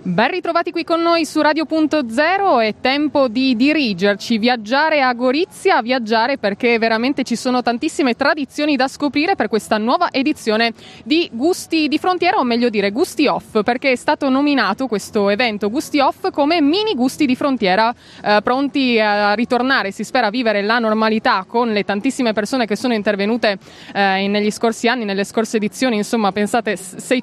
Ben ritrovati qui con noi su Radio.0, è tempo di dirigerci, viaggiare a Gorizia, viaggiare perché veramente ci sono tantissime tradizioni da scoprire per questa nuova edizione di Gusti di Frontiera, o meglio dire Gusti Off, perché è stato nominato questo evento Gusti Off come mini Gusti di Frontiera, pronti a ritornare, si spera, a vivere la normalità con le tantissime persone che sono intervenute negli scorsi anni, nelle scorse edizioni. Insomma, pensate,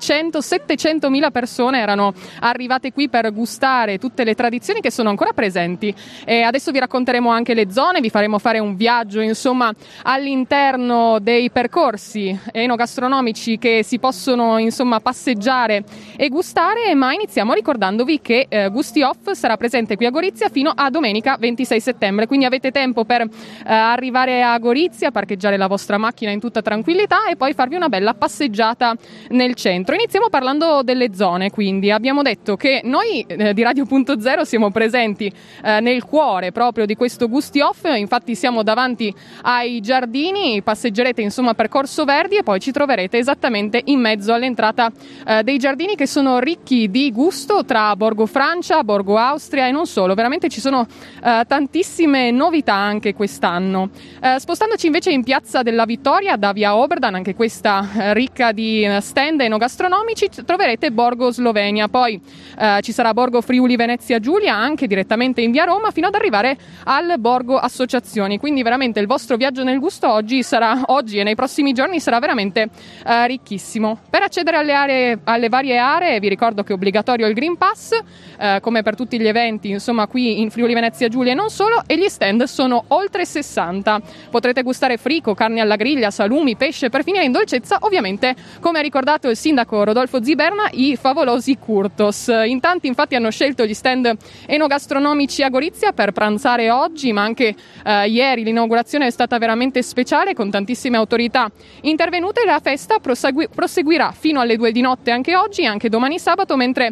600-700 mila persone erano arrivate qui per gustare tutte le tradizioni che sono ancora presenti, e adesso vi racconteremo anche le zone, vi faremo fare un viaggio insomma all'interno dei percorsi enogastronomici che si possono insomma passeggiare e gustare, ma iniziamo ricordandovi che Gusti Off sarà presente qui a Gorizia fino a domenica 26 settembre, quindi avete tempo per arrivare a Gorizia, parcheggiare la vostra macchina in tutta tranquillità e poi farvi una bella passeggiata nel centro. Iniziamo parlando delle zone, quindi abbiamo detto che noi di Radio.0 siamo presenti nel cuore proprio di questo Gusti Off, infatti siamo davanti ai giardini, passeggerete insomma per Corso Verdi e poi ci troverete esattamente in mezzo all'entrata dei giardini, che sono ricchi di gusto tra Borgo Francia, Borgo Austria e non solo, veramente ci sono tantissime novità anche quest'anno. Spostandoci invece in Piazza della Vittoria da via Oberdan, anche questa ricca di stand enogastronomici, troverete Borgo Slovenia, poi ci sarà Borgo Friuli Venezia Giulia anche direttamente in via Roma, fino ad arrivare al Borgo Associazioni. Quindi veramente il vostro viaggio nel gusto oggi e nei prossimi giorni sarà veramente ricchissimo. Per accedere alle varie aree vi ricordo che è obbligatorio il Green Pass, come per tutti gli eventi insomma qui in Friuli Venezia Giulia e non solo, e gli stand sono oltre 60. Potrete gustare frico, carne alla griglia, salumi, pesce, per finire in dolcezza ovviamente, come ha ricordato il sindaco Rodolfo Ziberna, i favolosi Curtos. In tanti infatti hanno scelto gli stand enogastronomici a Gorizia per pranzare oggi, ma anche ieri l'inaugurazione è stata veramente speciale con tantissime autorità intervenute. La festa proseguirà fino alle 2 di notte anche oggi e anche domani sabato, mentre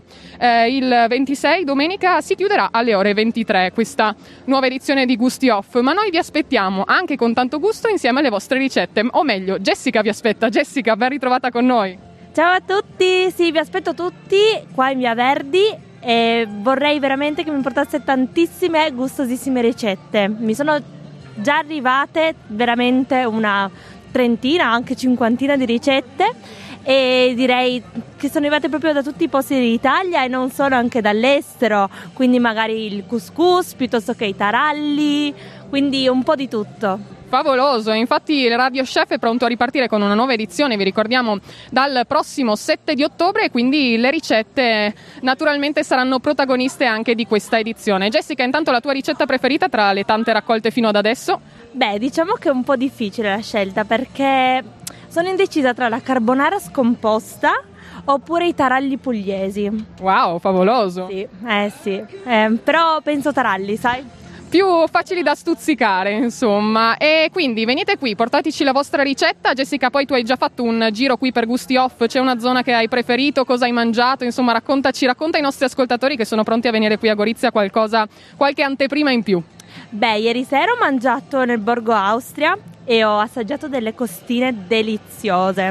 il 26 domenica si chiuderà alle ore 23 questa nuova edizione di Gusti Off. Ma noi vi aspettiamo anche con tanto gusto insieme alle vostre ricette, o meglio Jessica vi aspetta. Jessica, ben ritrovata con noi. Ciao a tutti, sì, vi aspetto tutti qua in Via Verdi e vorrei veramente che mi portasse tantissime gustosissime ricette. Mi sono già arrivate veramente una trentina, anche cinquantina di ricette, e direi che sono arrivate proprio da tutti i posti d'Italia e non solo, anche dall'estero, quindi magari il couscous piuttosto che i taralli, quindi un po' di tutto. Favoloso, infatti il Radio Chef è pronto a ripartire con una nuova edizione, vi ricordiamo, dal prossimo 7 di ottobre, quindi le ricette naturalmente saranno protagoniste anche di questa edizione. Jessica, intanto la tua ricetta preferita tra le tante raccolte fino ad adesso? Beh, diciamo che è un po' difficile la scelta, perché sono indecisa tra la carbonara scomposta oppure i taralli pugliesi. Wow, favoloso! Sì, però penso taralli, sai? Più facili da stuzzicare, insomma. E quindi venite qui, portateci la vostra ricetta. Jessica, poi tu hai già fatto un giro qui per Gusti Off, c'è una zona che hai preferito, cosa hai mangiato? Insomma, racconta ai nostri ascoltatori che sono pronti a venire qui a Gorizia qualche anteprima in più. Beh, ieri sera ho mangiato nel Borgo Austria e ho assaggiato delle costine deliziose.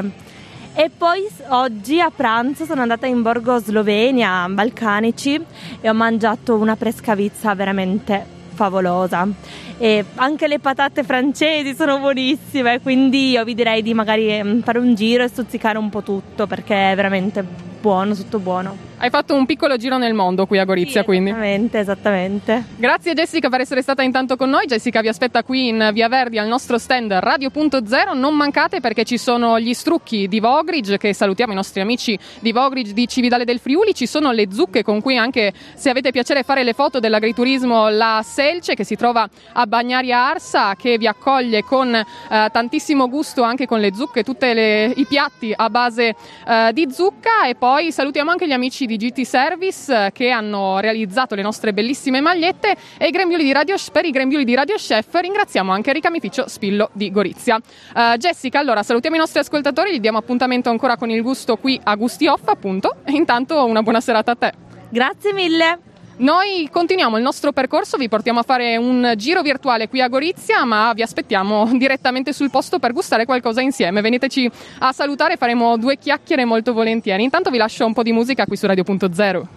E poi oggi a pranzo sono andata in Borgo Slovenia, Balcanici, e ho mangiato una pescavizza veramente favolosa, e anche le patate francesi sono buonissime, quindi io vi direi di magari fare un giro e stuzzicare un po' tutto, perché è veramente buono, tutto buono. Hai fatto un piccolo giro nel mondo qui a Gorizia, sì, quindi. Esattamente. Grazie Jessica per essere stata intanto con noi. Jessica vi aspetta qui in Via Verdi al nostro stand Radio.0. Non mancate, perché ci sono gli strucchi di Vogridge, che salutiamo, i nostri amici di Vogridge di Cividale del Friuli. Ci sono le zucche, con cui anche, se avete piacere fare le foto dell'agriturismo, la Selce, che si trova a Bagnaria Arsa, che vi accoglie con tantissimo gusto, anche con le zucche, tutti i piatti a base di zucca. E poi salutiamo anche gli amici di GT Service, che hanno realizzato le nostre bellissime magliette, e per i grembiuli di Radio Chef ringraziamo anche Ricamificio Spillo di Gorizia. Jessica, allora salutiamo i nostri ascoltatori, gli diamo appuntamento ancora con il gusto qui a Gusti Off, appunto, e intanto una buona serata a te. Grazie mille. Noi continuiamo il nostro percorso, vi portiamo a fare un giro virtuale qui a Gorizia, ma vi aspettiamo direttamente sul posto per gustare qualcosa insieme. Veniteci a salutare, faremo 2 chiacchiere molto volentieri. Intanto vi lascio un po' di musica qui su Radio.0.